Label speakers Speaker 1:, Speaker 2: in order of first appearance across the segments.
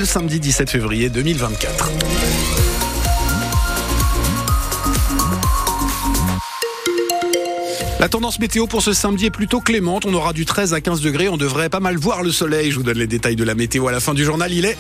Speaker 1: le samedi 17 février 2024. La tendance météo pour ce samedi est plutôt clémente. On aura du 13 à 15 degrés. On devrait pas mal voir le soleil. Je vous donne les détails de la météo à la fin du journal. Il est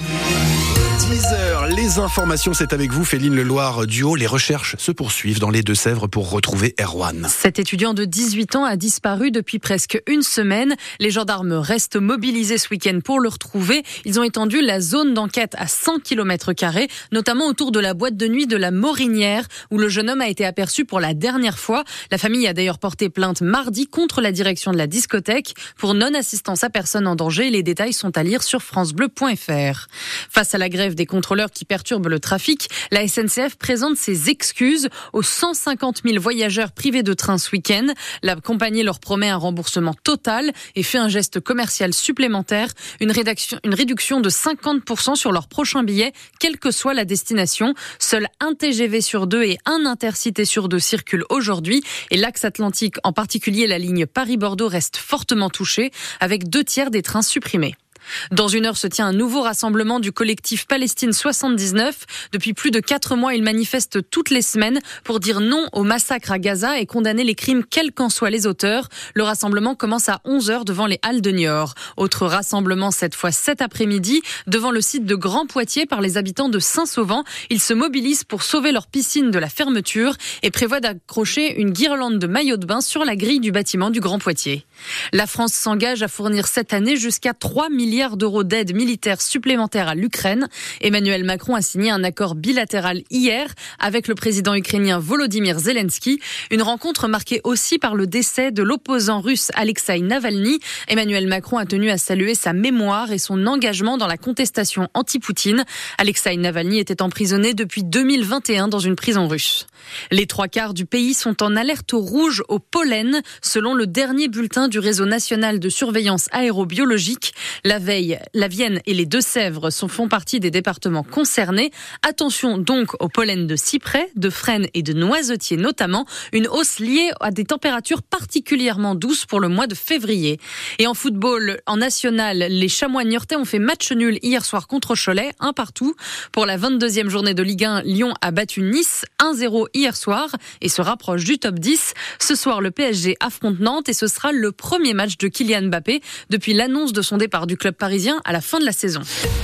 Speaker 1: 10h. Les informations, c'est avec vous, Féline Leloir du Haut. Les recherches se poursuivent dans les Deux-Sèvres pour retrouver Erwan.
Speaker 2: Cet étudiant de 18 ans a disparu depuis presque une semaine. Les gendarmes restent mobilisés ce week-end pour le retrouver. Ils ont étendu la zone d'enquête à 100 km², notamment autour de la boîte de nuit de la Morinière, où le jeune homme a été aperçu pour la dernière fois. La famille a d'ailleurs porté plainte mardi contre la direction de la discothèque pour non-assistance à personne en danger. Les détails sont à lire sur francebleu.fr. Face à la grève des contrôleurs qui perturbent le trafic, la SNCF présente ses excuses aux 150 000 voyageurs privés de train ce week-end. La compagnie leur promet un remboursement total et fait un geste commercial supplémentaire, une réduction de 50% sur leur prochain billet, quelle que soit la destination. Seul un TGV sur 2 et un Intercité sur 2 circulent aujourd'hui et l'axe atlantique, en particulier la ligne Paris-Bordeaux, reste fortement touché avec 2/3 des trains supprimés. Dans une heure se tient un nouveau rassemblement du collectif Palestine 79. Depuis plus de 4 mois, ils manifestent toutes les semaines pour dire non au massacre à Gaza et condamner les crimes quels qu'en soient les auteurs. Le rassemblement commence à 11h devant les Halles de Niort. Autre rassemblement cette fois cet après-midi devant le site de Grand Poitiers par les habitants de Saint-Sauvent. Ils se mobilisent pour sauver leur piscine de la fermeture et prévoient d'accrocher une guirlande de maillots de bain sur la grille du bâtiment du Grand Poitiers. La France s'engage à fournir cette année jusqu'à 3 milliards d'euros d'aide militaire supplémentaire à l'Ukraine. Emmanuel Macron a signé un accord bilatéral hier avec le président ukrainien Volodymyr Zelensky. Une rencontre marquée aussi par le décès de l'opposant russe Alexeï Navalny. Emmanuel Macron a tenu à saluer sa mémoire et son engagement dans la contestation anti-Poutine. Alexeï Navalny était emprisonné depuis 2021 dans une prison russe. Les 3/4 du pays sont en alerte rouge au pollen, selon le dernier bulletin du réseau national de surveillance aérobiologique. La Vienne et les Deux-Sèvres font partie des départements concernés. Attention donc au pollen de cyprès, de frêne et de noisetier notamment. Une hausse liée à des températures particulièrement douces pour le mois de février. Et en football, en national, les Chamois niortais ont fait match nul hier soir contre Cholet, 1 partout. Pour la 22e journée de Ligue 1, Lyon a battu Nice 1-0 hier soir et se rapproche du top 10. Ce soir, le PSG affronte Nantes et ce sera le premier match de Kylian Mbappé depuis l'annonce de son départ du club parisien à la fin de la saison.